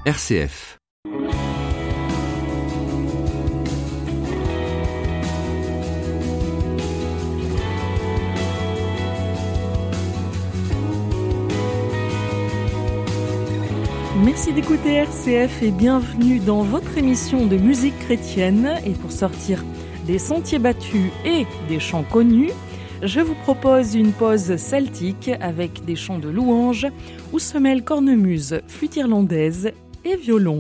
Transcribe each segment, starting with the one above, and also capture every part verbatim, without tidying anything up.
R C F. Merci d'écouter R C F et bienvenue dans votre émission de musique chrétienne. Et pour sortir des sentiers battus et des chants connus, je vous propose une pause celtique avec des chants de louanges où se mêlent cornemuse, flûte irlandaise et violon.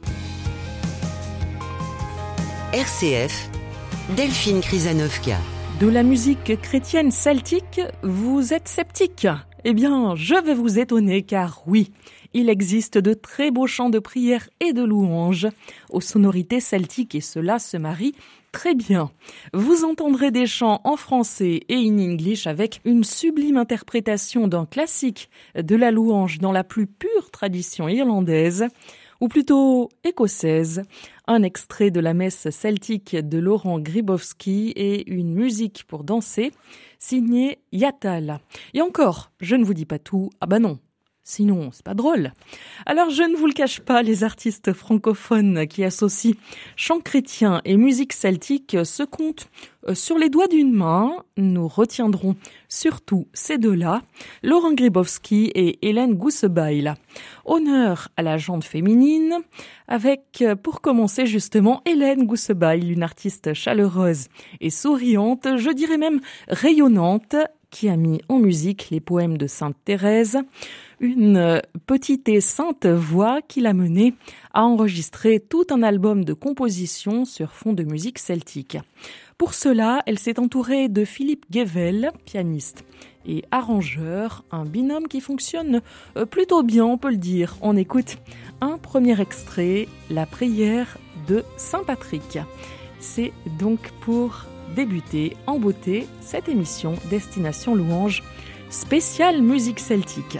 R C F, Delphine Krizanovka. De la musique chrétienne celtique, vous êtes sceptique ? Eh bien, je vais vous étonner car oui, il existe de très beaux chants de prière et de louanges aux sonorités celtiques et cela se marie très bien. Vous entendrez des chants en français et in English avec une sublime interprétation d'un classique de la louange dans la plus pure tradition irlandaise, ou plutôt écossaise, un extrait de la messe celtique de Laurent Grybowski et une musique pour danser signée Yatal. Et encore, je ne vous dis pas tout, ah bah non. Sinon, c'est pas drôle. Alors, je ne vous le cache pas, les artistes francophones qui associent chant chrétien et musique celtique se comptent sur les doigts d'une main. Nous retiendrons surtout ces deux-là, Laurent Grybowski et Hélène Gousebail. Honneur à la jante féminine, avec, pour commencer justement, Hélène Gousebail, une artiste chaleureuse et souriante, je dirais même rayonnante, qui a mis en musique les poèmes de Sainte Thérèse, une petite et sainte voix qui l'a menée à enregistrer tout un album de compositions sur fond de musique celtique. Pour cela, elle s'est entourée de Philippe Guével, pianiste et arrangeur, un binôme qui fonctionne plutôt bien, on peut le dire. On écoute un premier extrait, la prière de Saint Patrick. C'est donc pour débuter en beauté cette émission Destination Louange spéciale musique celtique.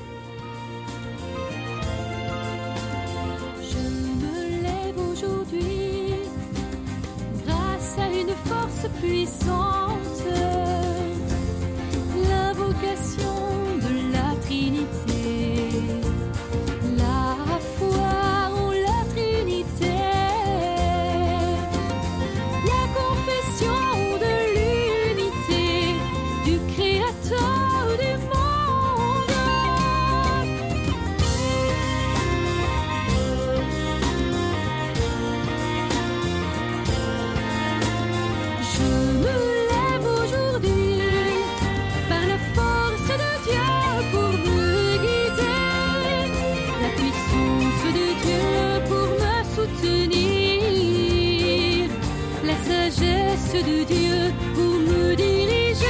Je me lève aujourd'hui grâce à une force puissante, l'invocation de la Trinité, la foi en la Trinité. De Dieu pour me diriger,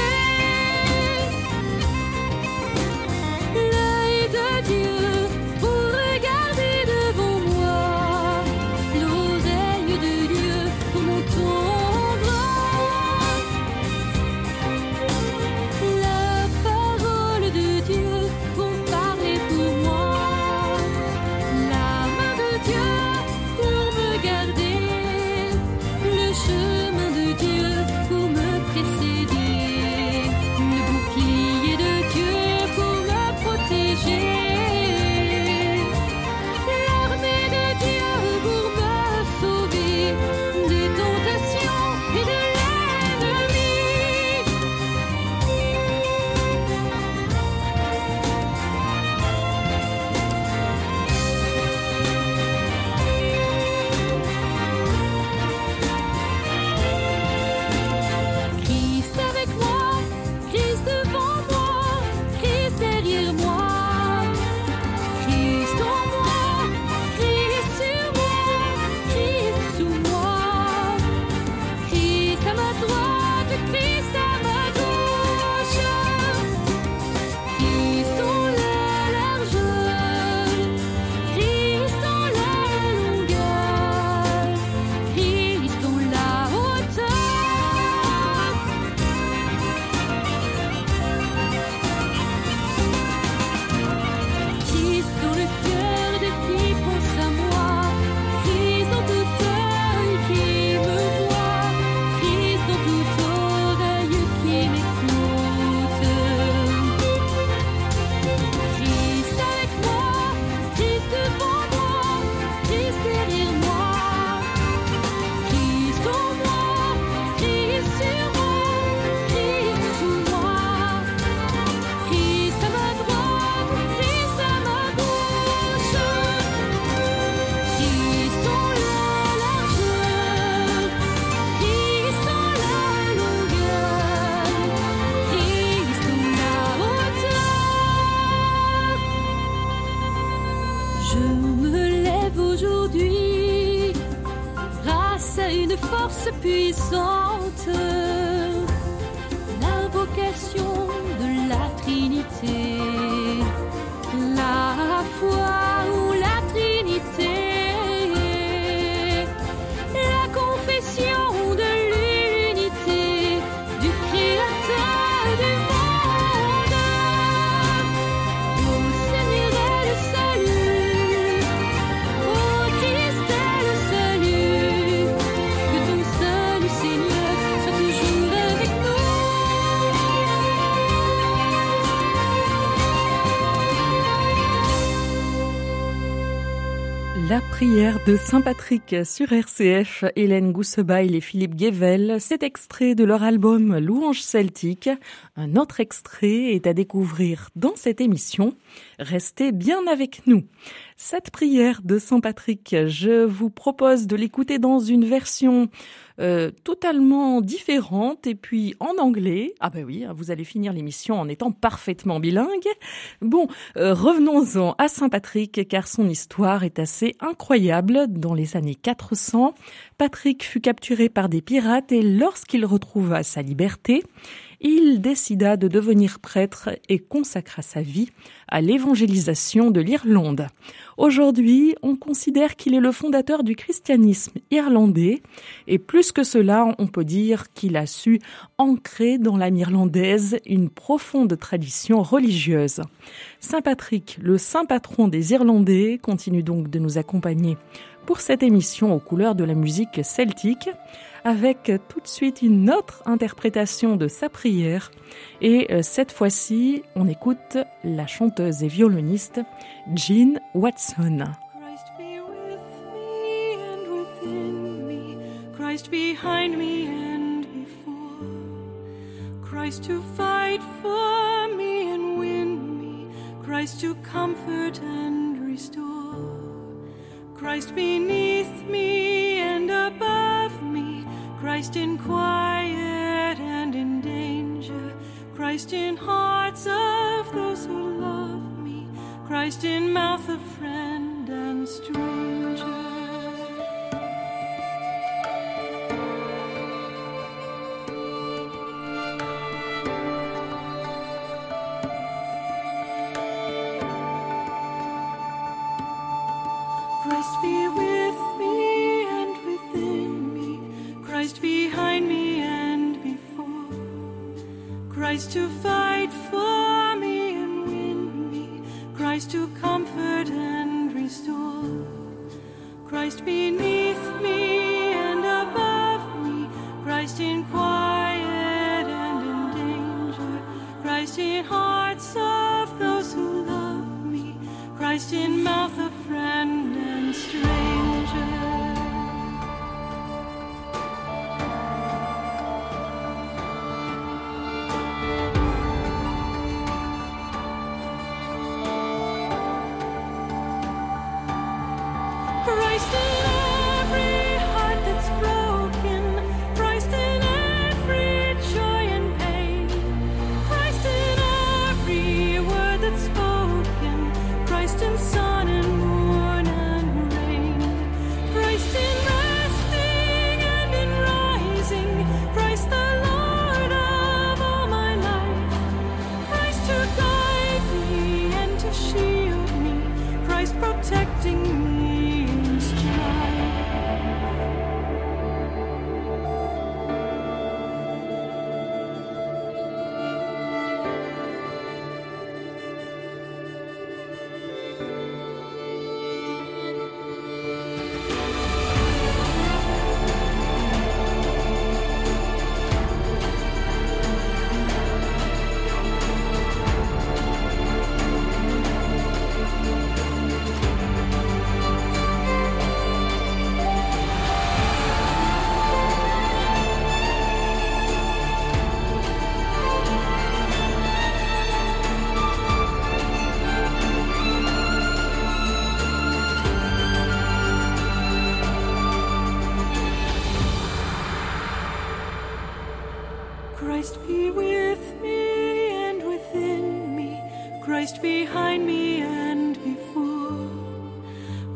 l'œil de Dieu pour regarder devant moi, l'oreille de Dieu pour m'entendre, la parole de Dieu pour parler pour moi, la main de Dieu pour me garder, le chemin de Dieu pour me précéder. Je me lève aujourd'hui grâce à une force puissante, l'invocation de la Trinité, la foi ou la Trinité, la confession de l'unité du Créateur du monde. Au Seigneur est le salut, au Christ est le salut, que ton salut Seigneur soit toujours avec nous. La prière de Saint Patrick sur R C F, Hélène Goussebail et Philippe Guével, cet extrait de leur album Louanges celtiques. Un autre extrait est à découvrir dans cette émission. Restez bien avec nous. Cette prière de Saint Patrick, je vous propose de l'écouter dans une version euh, totalement différente et puis en anglais. Ah ben oui, vous allez finir l'émission en étant parfaitement bilingue. Bon, euh, revenons-en à Saint Patrick car son histoire est assez incroyable. Dans les années quatre cents, Patrick fut capturé par des pirates et lorsqu'il retrouva sa liberté, il décida de devenir prêtre et consacra sa vie à l'évangélisation de l'Irlande. Aujourd'hui, on considère qu'il est le fondateur du christianisme irlandais et plus que cela, on peut dire qu'il a su ancrer dans l'âme irlandaise une profonde tradition religieuse. Saint Patrick, le saint patron des Irlandais, continue donc de nous accompagner pour cette émission aux couleurs de la musique celtique, avec tout de suite une autre interprétation de sa prière. Et euh, cette fois-ci, on écoute la chanteuse et violoniste Jean Watson. Christ be with me and within me, Christ behind me and before, Christ to fight for me and win me, Christ to comfort and restore, Christ beneath me and above me, Christ in quiet and in danger, Christ in hearts of those who love me, Christ in mouth of friend and stranger. Christ be with me and within me, Christ behind me and before, Christ to fight for me and win me, Christ to comfort and restore, Christ beneath me and above me, Christ in quiet and in danger, Christ in hearts of those who love me, Christ in mouth of friend and stranger. Christ in every heart that's broken, Christ in every joy and pain, Christ in every word that's spoken, Christ in sun and moon and rain,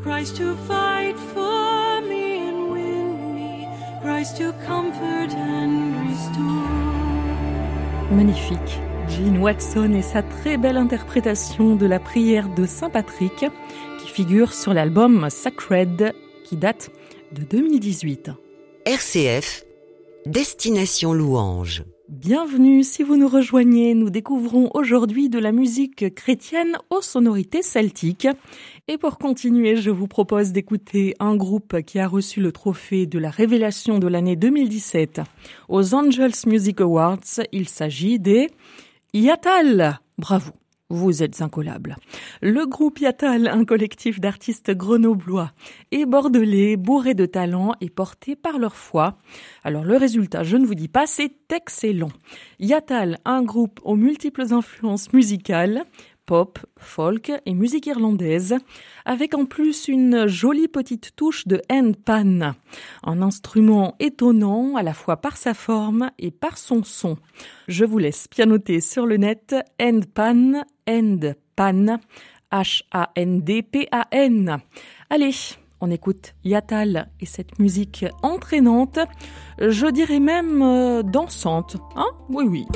Christ to fight for me and win me, Christ to comfort and restore. Magnifique. Gene Watson et sa très belle interprétation de la prière de Saint Patrick qui figure sur l'album Sacred qui date de deux mille dix-huit. R C F, Destination Louange. Bienvenue, si vous nous rejoignez, nous découvrons aujourd'hui de la musique chrétienne aux sonorités celtiques. Et pour continuer, je vous propose d'écouter un groupe qui a reçu le trophée de la révélation de l'année deux mille dix-sept aux Angels Music Awards. Il s'agit des Yatal. Bravo, vous êtes incollables. Le groupe Yatal, un collectif d'artistes grenoblois et bordelais, bourrés de talent et portés par leur foi. Alors le résultat, je ne vous dis pas, c'est excellent. Yatal, un groupe aux multiples influences musicales, pop, folk et musique irlandaise, avec en plus une jolie petite touche de handpan, un instrument étonnant à la fois par sa forme et par son son. Je vous laisse pianoter sur le net handpan, handpan, H A N D P A N. Allez, on écoute Yatal et cette musique entraînante, je dirais même euh, dansante, hein ? Oui, oui.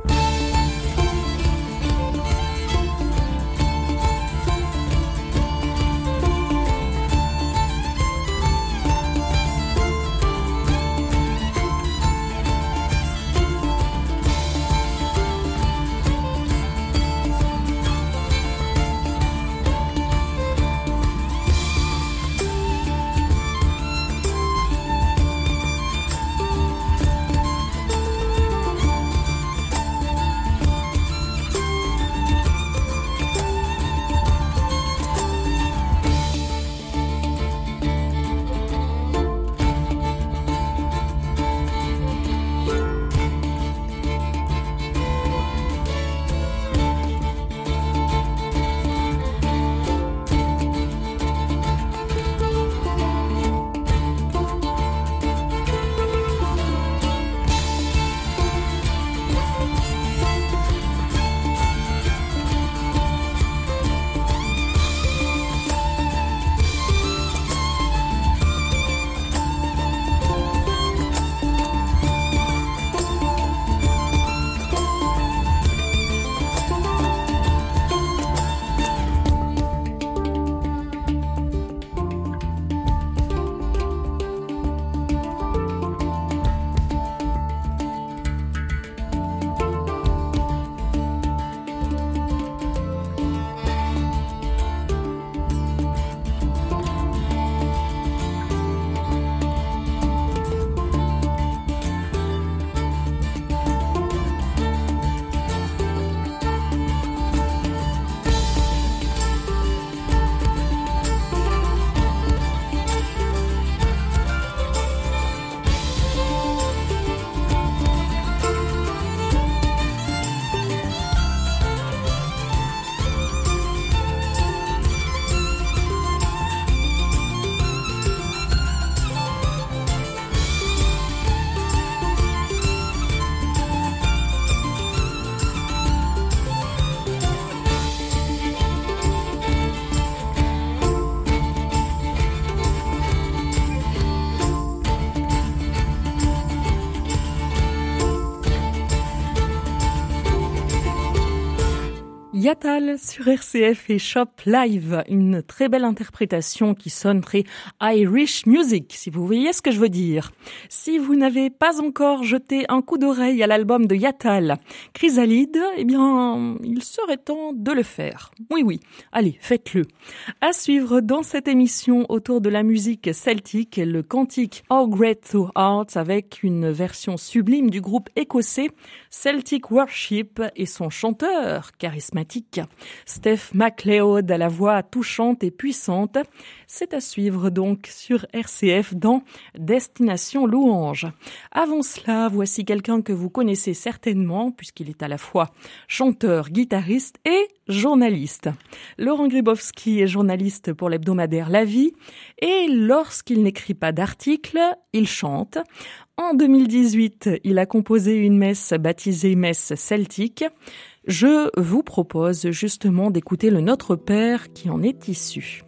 Yatal sur R C F et Shop Live, une très belle interprétation qui sonne très Irish music, si vous voyez ce que je veux dire. Si vous n'avez pas encore jeté un coup d'oreille à l'album de Yatal, Chrysalide, eh bien, il serait temps de le faire. Oui, oui, allez, faites-le. À suivre dans cette émission autour de la musique celtique, le cantique How Great Thou Art avec une version sublime du groupe écossais Celtic Worship et son chanteur charismatique Steph MacLeod à la voix touchante et puissante. C'est à suivre donc sur R C F dans Destination Louange. Avant cela, voici quelqu'un que vous connaissez certainement puisqu'il est à la fois chanteur, guitariste et journaliste. Laurent Grybowski est journaliste pour l'hebdomadaire La Vie et lorsqu'il n'écrit pas d'articles, il chante. En deux mille dix-huit, il a composé une messe baptisée Messe celtique. Je vous propose justement d'écouter le Notre Père qui en est issu.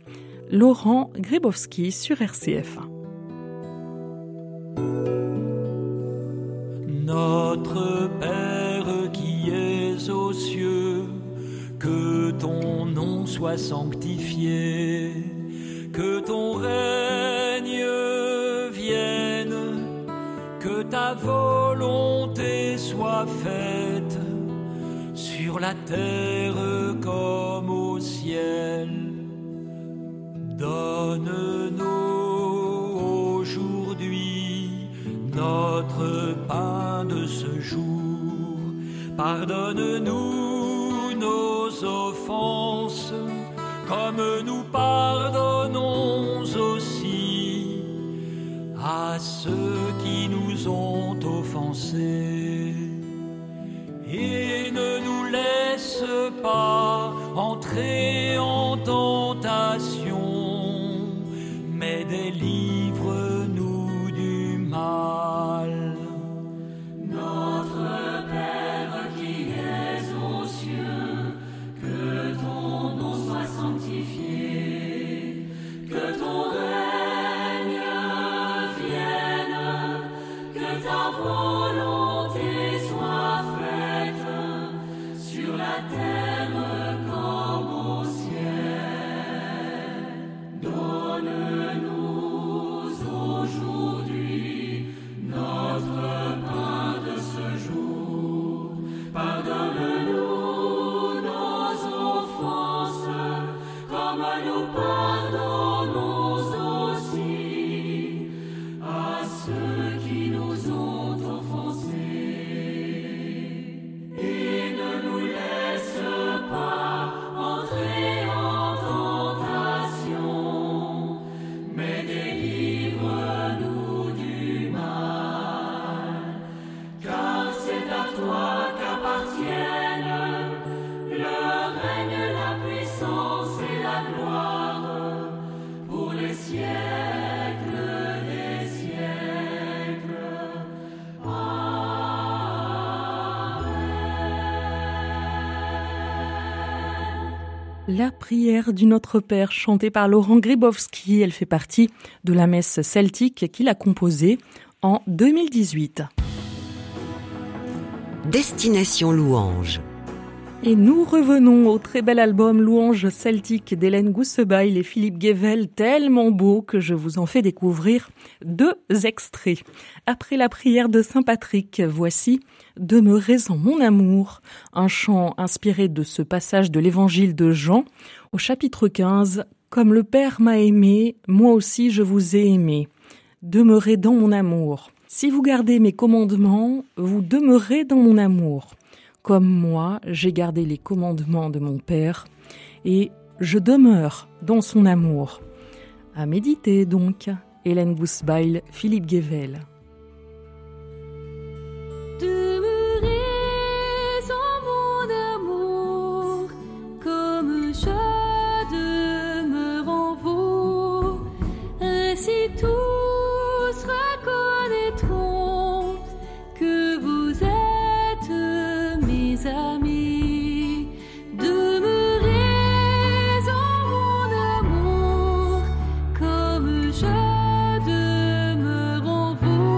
Laurent Grybowski sur R C F. Notre Père qui es aux cieux, que ton nom soit sanctifié, que ton règne vienne, que ta volonté soit faite sur la terre comme au ciel. Donne-nous aujourd'hui notre pain de ce jour. Pardonne-nous nos offenses, comme nous pardonnons aussi à ceux qui nous ont offensés. Et ne nous laisse pas entrer en tentation, mais délivre-nous du mal. Notre Père qui es aux cieux, que ton nom soit sanctifié, que ton règne vienne, que ta volonté soit faite sur la terre comme au ciel. Donne-nous aujourd'hui notre pain de ce jour. Pardonne-nous nos offenses, comme nous pardonnons aussi à ceux qui nous ont offensés. Et ne nous laisse pas entrer en tentation, mais délivre-nous du mal. Car c'est à toi qu'appartiennent le règne, la puissance et la gloire pour les siècles des siècles. Amen. La prière du Notre Père chantée par Laurent Grybowski, elle fait partie de la messe celtique qu'il a composée en deux mille dix-huit. Destination Louange. Et nous revenons au très bel album Louange celtique d'Hélène Goussebail et Philippe Guével, tellement beau que je vous en fais découvrir deux extraits. Après la prière de Saint Patrick, voici « Demeurez en mon amour », un chant inspiré de ce passage de l'évangile de Jean au chapitre quinze. « Comme le Père m'a aimé, moi aussi je vous ai aimé. Demeurez dans mon amour. Si vous gardez mes commandements, vous demeurez dans mon amour. Comme moi, j'ai gardé les commandements de mon Père, et je demeure dans son amour. » À méditer donc, Hélène Goussebail, Philippe Guével. Demeurez en mon amour, comme je demeure en vous. Ainsi tous reconnaîtront que vous êtes mes amis. Demeurez en mon amour, comme je demeure en vous.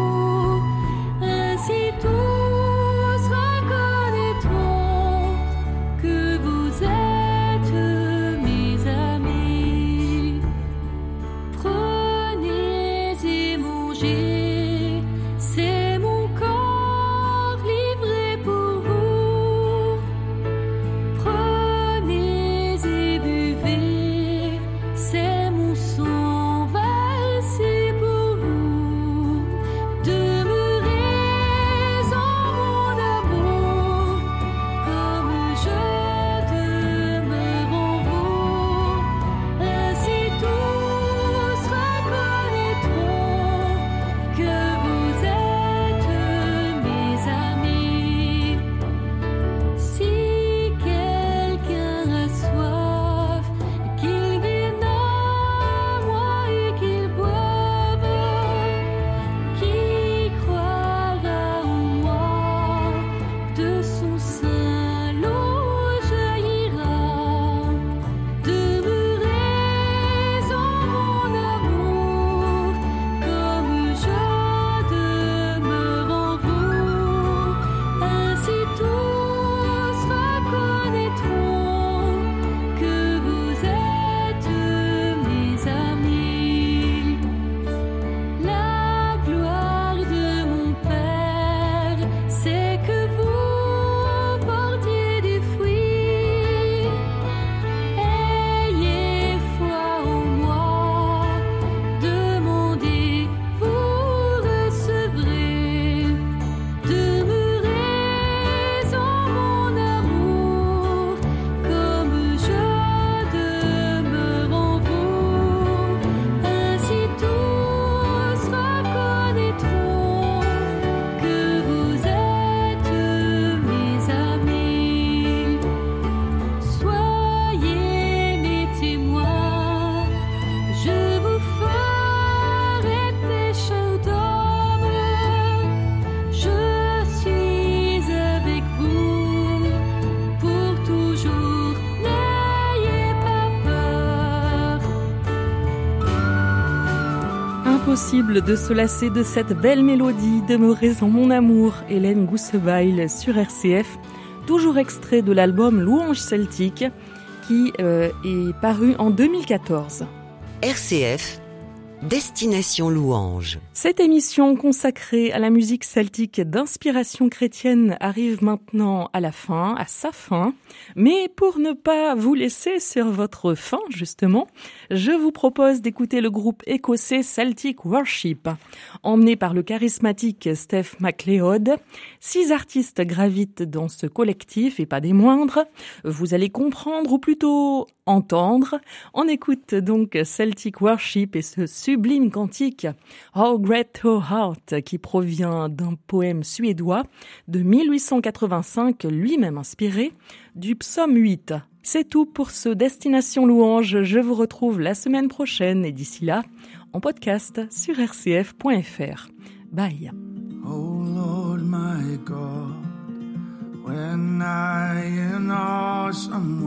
Impossible de se lasser de cette belle mélodie, Demeurez en mon amour, Hélène Gousebail sur R C F, toujours extrait de l'album Louange celtique qui euh, est paru en deux mille quatorze. R C F, Destination Louange. Cette émission consacrée à la musique celtique d'inspiration chrétienne arrive maintenant à la fin, à sa fin. Mais pour ne pas vous laisser sur votre faim, justement, je vous propose d'écouter le groupe écossais Celtic Worship. Emmené par le charismatique Steph MacLeod, six artistes gravitent dans ce collectif et pas des moindres. Vous allez comprendre, ou plutôt entendre. On écoute donc Celtic Worship et ce sublime cantique How Great Thou Art qui provient d'un poème suédois de mille huit cent quatre-vingt-cinq, lui-même inspiré du psaume huit. C'est tout pour ce Destination Louange. Je vous retrouve la semaine prochaine et d'ici là, en podcast sur r c f point f r. Bye. Oh Lord my God, when I in awesome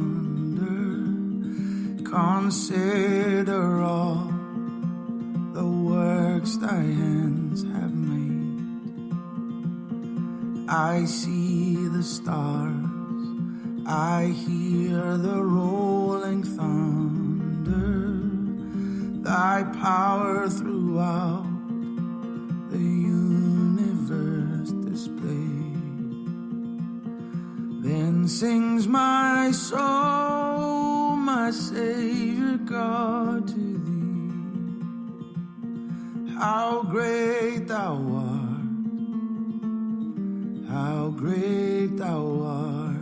wonder consider all the works thy hands have made, I see the stars, I hear the rolling thunder, thy power throughout the universe displayed. Then sings my soul, my Savior God, to thee. How great thou art, how great thou art.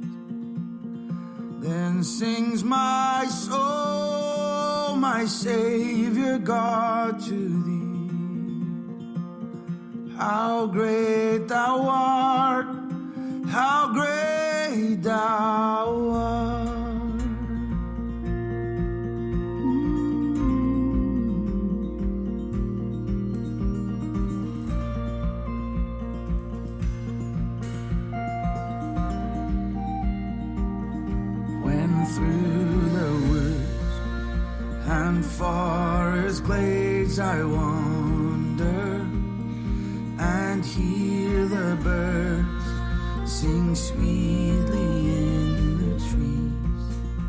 Then sings my soul, my Savior God, to thee. How great thou art, how great thou art. When through the woods and forest glades I wander and hear the birds sing sweetly in the trees,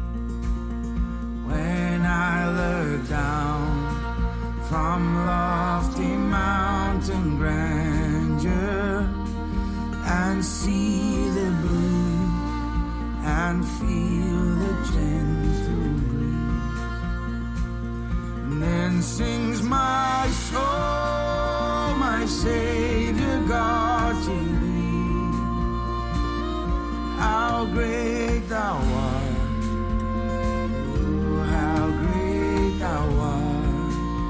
when I look down from lofty mountain grandeur and see the blue and feel the gentle breeze, and then sings my soul, my Savior God, to thee. How great thou art, oh, how great thou art.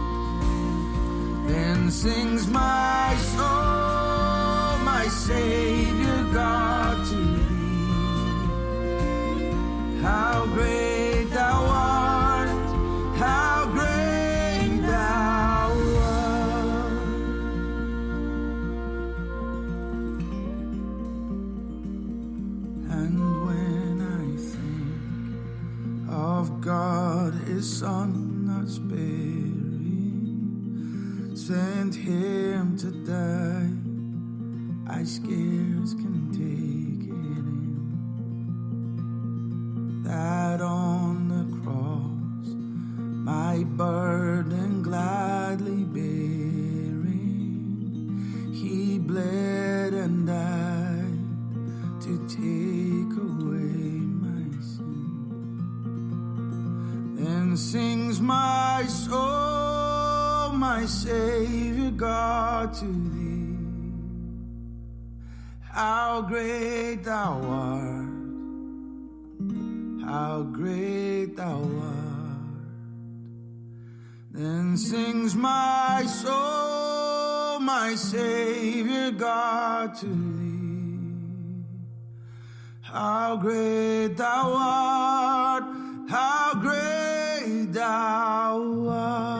Then sings my soul, my Savior God, to thee. How great thou art, how great thou art. And when I think of God, his Son not sparing, sent him to die, I scarce can take it in, that on the cross my burden gladly bearing, he bled and died to take away my sin. Then sings my soul, my Savior God, to thee. How great thou art, how great thou art. Then sings my soul, my Savior God, to thee. How great thou art, how great thou art.